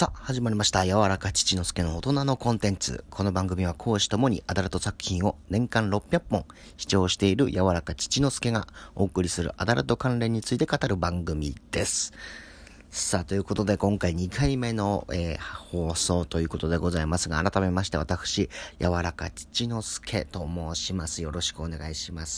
さあ、始まりました。柔らか父之助の大人のコンテンツ。この番組は講師ともにアダルト作品を年間600本視聴している柔らか父之助がお送りするアダルト関連について語る番組です。さあ、ということで今回2回目の、放送ということでございますが、改めまして私、柔らか父之助と申します。よろしくお願いします。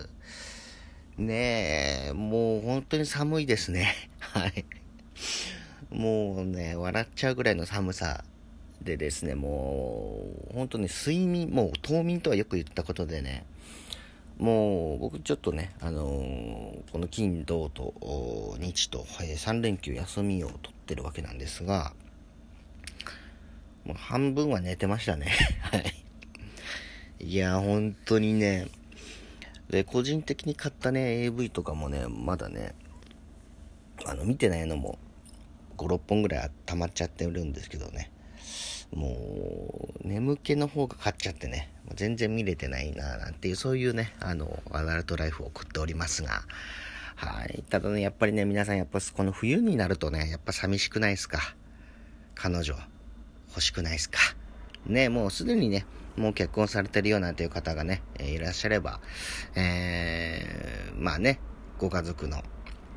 ねえ、もう本当に寒いですね。はい。もうね、笑っちゃうぐらいの寒さでですね、もう本当に睡眠、もう冬眠とはよく言ったことでね、もう僕ちょっとね、この金土と日と、3連休休みを取ってるわけなんですが、もう半分は寝てましたね。はい。いや、本当にね、で、個人的に買ったね、AV とかもね、まだね、見てないのも5、6本ぐらい溜まっちゃってるんですけどね。もう、眠気の方が勝っちゃってね、全然見れてないな、なんていう、そういうね、アダルトライフを送っておりますが、はい。ただね、やっぱりね、皆さんやっぱこの冬になるとね、やっぱ寂しくないですか？彼女、欲しくないですか？ね、もうすでにね、もう結婚されてるよなんていう方がね、いらっしゃれば、まあね、ご家族の、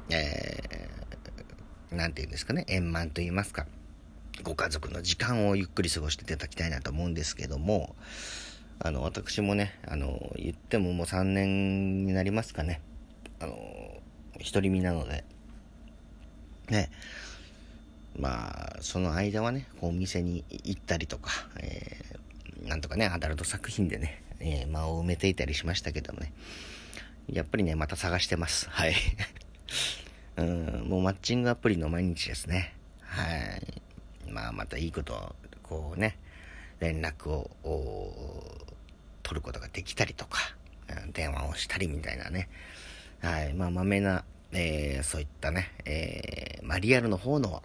なんていうんですかね、円満と言いますか、ご家族の時間をゆっくり過ごしていただきたいなと思うんですけども、私もね、言ってももう3年になりますかね、独り身なので、ね、まあ、その間はね、こうお店に行ったりとか、なんとかね、アダルト作品でね、間を埋めていたりしましたけどもね、やっぱりね、また探してます。はい。もうマッチングアプリの毎日ですね。はい。まあ、またいいことを、こうね、連絡を取ることができたりとか、電話をしたりみたいなね。はい。まあ、まめな、そういったね、リアルの方の、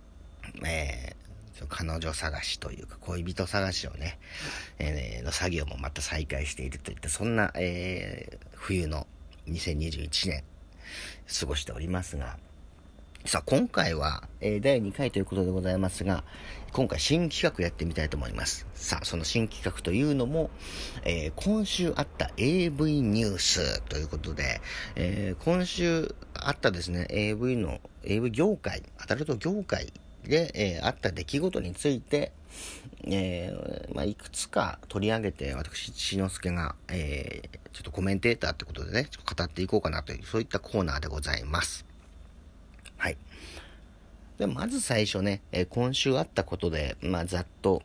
彼女探しというか恋人探しをね、の作業もまた再開しているといったそんな、冬の2021年過ごしておりますが、さあ今回は、第2回ということでございますが、今回新企画やってみたいと思います。さあその新企画というのも、今週あった AV ニュースということで、今週あったですね AV 業界、アダルト業界で、あった出来事について、いくつか取り上げて私志の輔が、ちょっとコメンテーターってことでね語っていこうかなというそういったコーナーでございます。はい。でまず最初ね、今週あったことでざっと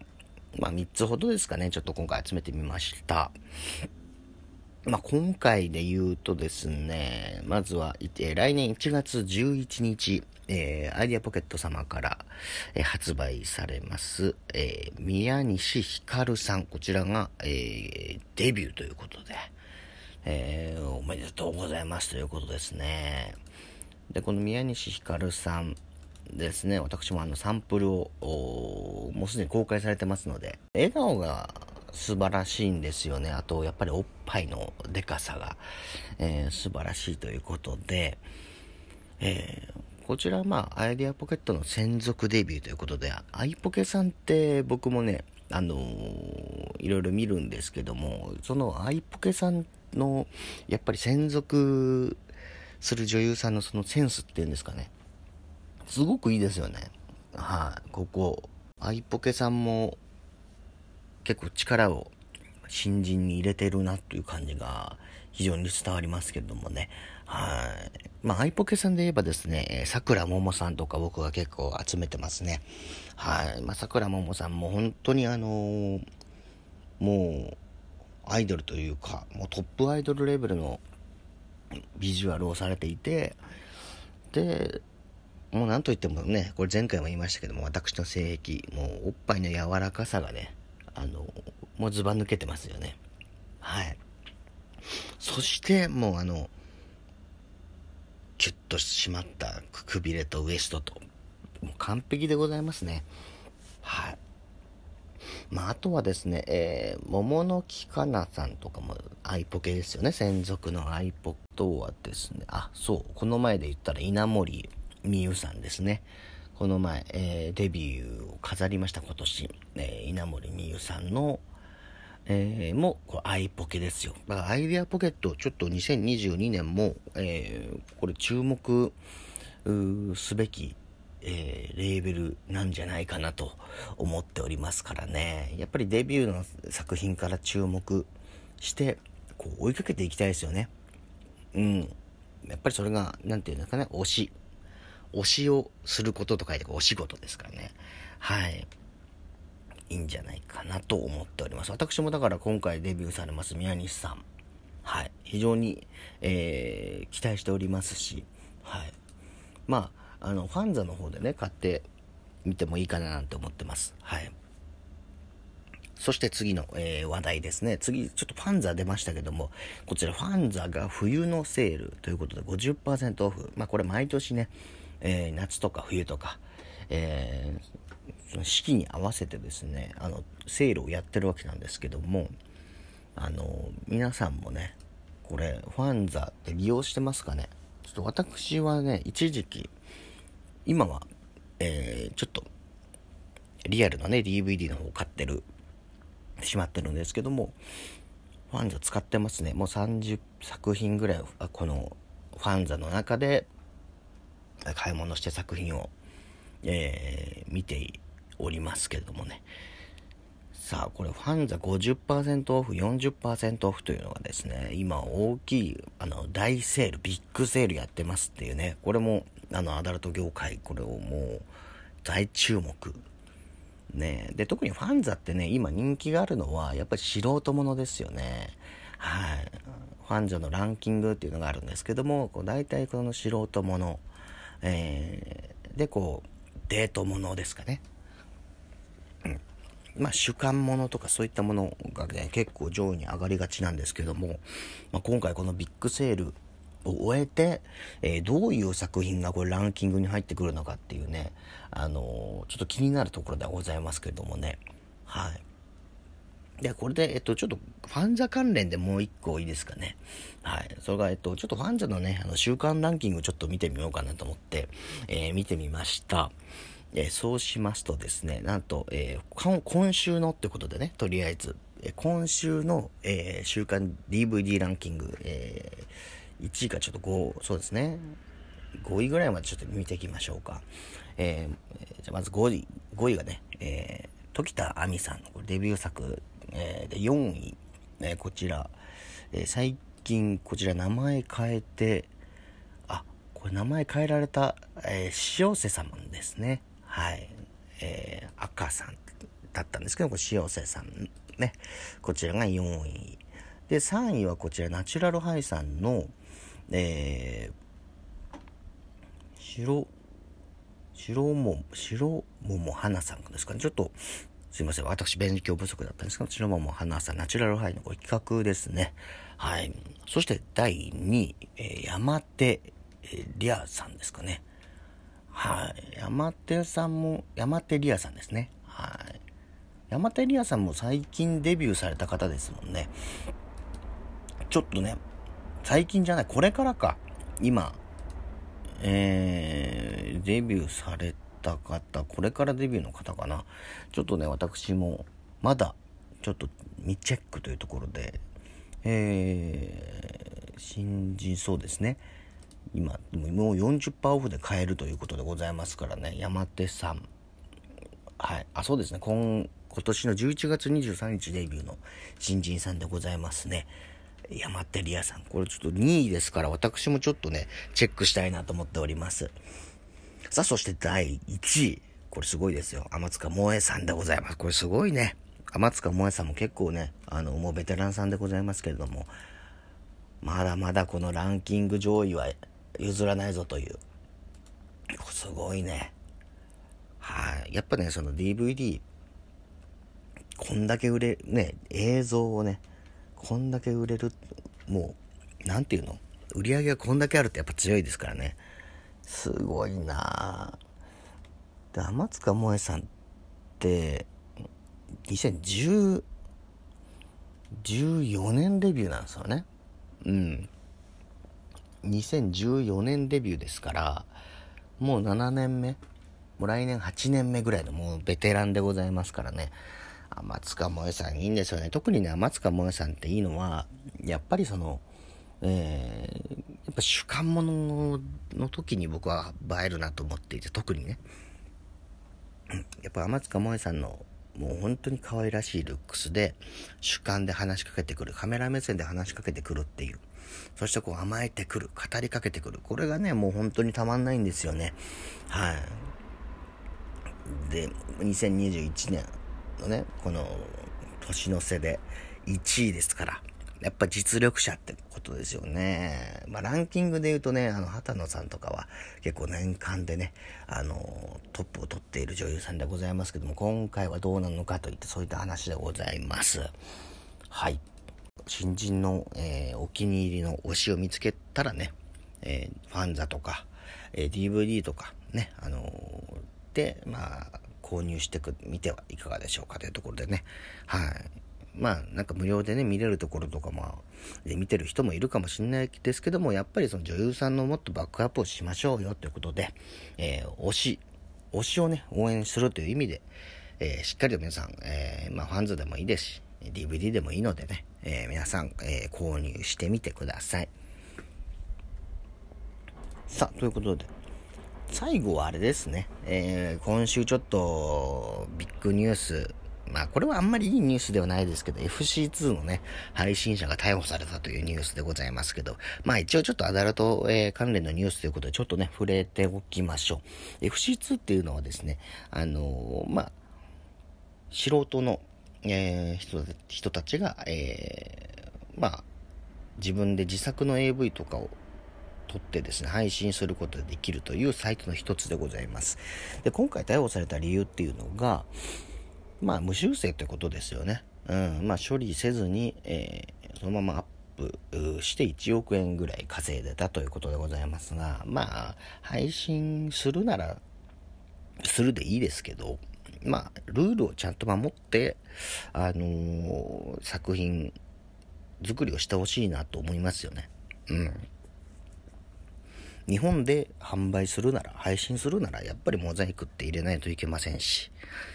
3つほどですかね、ちょっと今回集めてみました。今回で言うとですね、まずは、来年1月11日、アイディアポケット様から、発売されます、宮西ひかるさん、こちらが、デビューということで、おめでとうございますということですね。で、この宮西ひかるさんですね、私もサンプルをもうすでに公開されてますので、笑顔が素晴らしいんですよね。あとやっぱりおっぱいのでかさが、素晴らしいということで、こちらはアイデアポケットの専属デビューということで、アイポケさんって僕もねいろいろ見るんですけども、そのアイポケさんのやっぱり専属する女優さんのそのセンスっていうんですかね、すごくいいですよね。はい、ここアイポケさんも結構力を新人に入れてるなという感じが非常に伝わりますけれどもね。はい。アイポケさんで言えばですね、桜桃さんとか僕が結構集めてますね。はい。桜桃さんも本当にもうアイドルというか、もうトップアイドルレベルのビジュアルをされていて、で、もうなんといってもね、これ前回も言いましたけども、私の性癖、もうおっぱいの柔らかさがね、もうズバ抜けてますよね。はい。そしてもうキュッと締まったくびれとウエストと、もう完璧でございますね。はい。あとはですね、桃の木かなさんとかもアイポケですよね。専属のアイポケとはですね、そう、この前で言ったら稲森美優さんですね。 この前、デビューを飾りました今年、稲森美優さんの、もうこれアイポケですよ。だからアイデアポケットちょっと2022年も、これ注目すべき、レーベルなんじゃないかなと思っておりますからね。やっぱりデビューの作品から注目してこう追いかけていきたいですよね。やっぱりそれがなんていうんですかね、推しをすることと書いてお仕事ですからね。はい、いいんじゃないかなと思っております。私もだから今回デビューされます宮西さん、はい、非常に、期待しておりますし、はい、ファンザの方でね買ってみてもいいかななんて思ってます。はい。そして次の、話題ですね。次ちょっとファンザ出ましたけども、こちらファンザが冬のセールということで 50% オフ。これ毎年ね、夏とか冬とか、その四季に合わせてですね、セールをやってるわけなんですけども、皆さんもね、これファンザって利用してますかね。ちょっと私はね、一時期、今は、ちょっとリアルなね DVD の方を買ってしまってるんですけども、ファンザ使ってますね。もう30作品ぐらいこのファンザの中で買い物して作品を、見ておりますけれどもね。さあこれファンザ 50% オフ 40% オフというのがですね、今大きい大セール、ビッグセールやってますっていうね。これもアダルト業界、これをもう大注目ね。で特にファンザってね、今人気があるのはやっぱり素人ものですよね。はい。ファンザのランキングっていうのがあるんですけども、大体この素人もの、でこうデートものですかね。主観ものとかそういったものがね結構上位に上がりがちなんですけども、今回このビッグセールを終えて、どういう作品がこれランキングに入ってくるのかっていうね、ちょっと気になるところではございますけれどもね。はい。で、これで、ちょっとファンザ関連でもう一個いいですかね。はい。それが、ちょっとファンザのね、週間ランキングちょっと見てみようかなと思って、見てみました。そうしますとですね、なんと、今週のってことでね、とりあえず、今週の、週間 DVD ランキング、1位かちょっとそうですね、5位ぐらいまでちょっと見ていきましょうか。じゃあまず5位がね、時田亜美さん、これデビュー作、で4位、こちら、最近こちら名前変えて、これ名前変えられた、塩瀬さんですね。はい。赤さんだったんですけど、これ塩瀬さんね。こちらが4位。で、3位はこちらナチュラルハイさんの、白桃花さんですかね。ちょっとすいません、私勉強不足だったんですけど、白桃花さんナチュラルハイのこれ企画ですね。はい。そして第2位、山手リアさんですかね。はい。山手リアさんですね。はい。山手リアさんも最近デビューされた方ですもんね。ちょっとね、最近じゃない、これからか。今、デビューされた方、これからデビューの方かな。ちょっとね、私もまだちょっと未チェックというところで、新人そうですね。今もう 40% オフで買えるということでございますからね。山手さん、はい、そうですね、今年の11月23日デビューの新人さんでございますね。山手リアさん、これちょっと2位ですから、私もちょっとねチェックしたいなと思っております。さあ、そして第1位、これすごいですよ、天塚萌えさんでございます。これすごいね。天塚萌えさんも結構ね、もうベテランさんでございますけれども、まだまだこのランキング上位は譲らないぞという、すごいね。はい。やっぱね、その DVD こんだけ売れね、映像をねこんだけ売れる、もうなんていうの、売り上げがこんだけあるってやっぱ強いですからね。すごいな。で、天塚萌えさんって2014年デビューなんですよね。2014年デビューですから、もう7年目もう来年8年目ぐらいのもうベテランでございますからね。天塚萌さんいいんですよね。特にね、天塚萌さんっていいのは、やっぱりやっぱ主観物の時に僕は映えるなと思っていて、特にね、やっぱ天塚萌さんのもう本当に可愛らしいルックスで主観で話しかけてくる、カメラ目線で話しかけてくるっていう、そしてこう甘えてくる、語りかけてくる、これがねもう本当にたまんないんですよね。はい。で2021年のねこの年の瀬で1位ですから、やっぱ実力者ってことですよね。ランキングで言うとね、畑野さんとかは結構年間でね、トップを取っている女優さんでございますけども、今回はどうなのかといったそういった話でございます。はい。新人の、お気に入りの推しを見つけたらね、ファンザとか、DVD とかね、で、購入してみてはいかがでしょうかというところでね、はい。なんか無料でね見れるところとかで見てる人もいるかもしれないですけども、やっぱりその女優さんのもっとバックアップをしましょうよということで、推しをね応援するという意味で、しっかりと皆さん、ファンズでもいいですし DVD でもいいのでね、皆さん、購入してみてください。さあということで最後はあれですね、今週ちょっとビッグニュース、これはあんまりいいニュースではないですけど、 FC2 のね配信者が逮捕されたというニュースでございますけど、一応ちょっとアダルト、関連のニュースということでちょっとね触れておきましょう。 FC2 っていうのはですね、素人の、人たちが、自分で自作の AV とかを撮ってですね配信することができるというサイトの一つでございます。で今回逮捕された理由っていうのが無修正ということですよね。処理せずに、そのままアップして1億円ぐらい稼いでたということでございますが、配信するならするでいいですけど、ルールをちゃんと守って、作品作りをしてほしいなと思いますよね。日本で販売するなら、配信するならやっぱりモザイクって入れないといけませんし、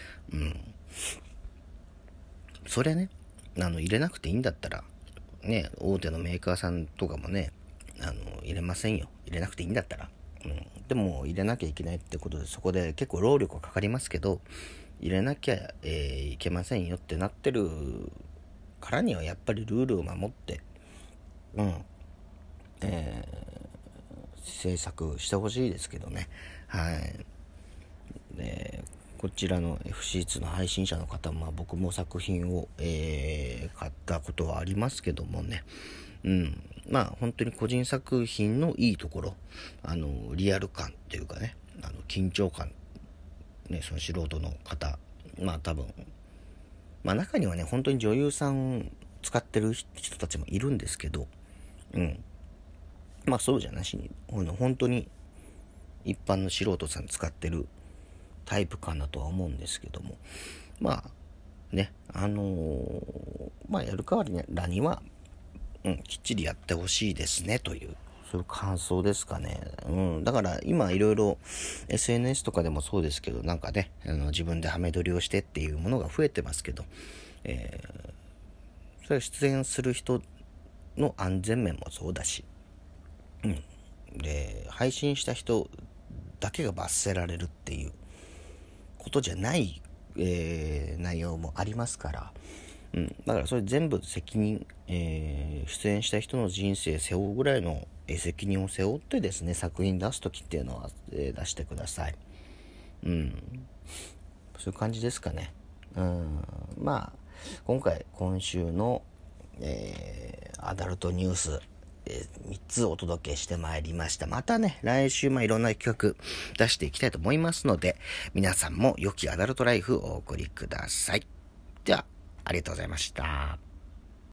それね入れなくていいんだったらね、大手のメーカーさんとかもね入れませんよ、入れなくていいんだったら。でも入れなきゃいけないってことで、そこで結構労力はかかりますけど入れなきゃ、いけませんよってなってるからにはやっぱりルールを守って制作してほしいですけどね。はい。でこちらの FC2 の配信者の方、僕も作品を、買ったことはありますけどもね、本当に個人作品のいいところ、リアル感っていうかね、緊張感ね、その素人の方、多分中にはね本当に女優さん使ってる人たちもいるんですけど、そうじゃなしに本当に一般の素人さん使ってるタイプかなとは思うんですけども、やる代わりには、きっちりやってほしいですねという、そういう感想ですかね。だから今いろいろ SNS とかでもそうですけど、なんかね自分でハメ撮りをしてっていうものが増えてますけど、それは出演する人の安全面もそうだし、で配信した人だけが罰せられるっていうことじゃない、内容もありますから、だからそれ全部責任、出演した人の人生背負うぐらいの責任を背負ってですね作品出す時っていうのは、出してください。そういう感じですかね。今週の、アダルトニュース3つお届けしてまいりました。またね来週いろんな企画出していきたいと思いますので、皆さんも良きアダルトライフをお送りください。ではありがとうございました。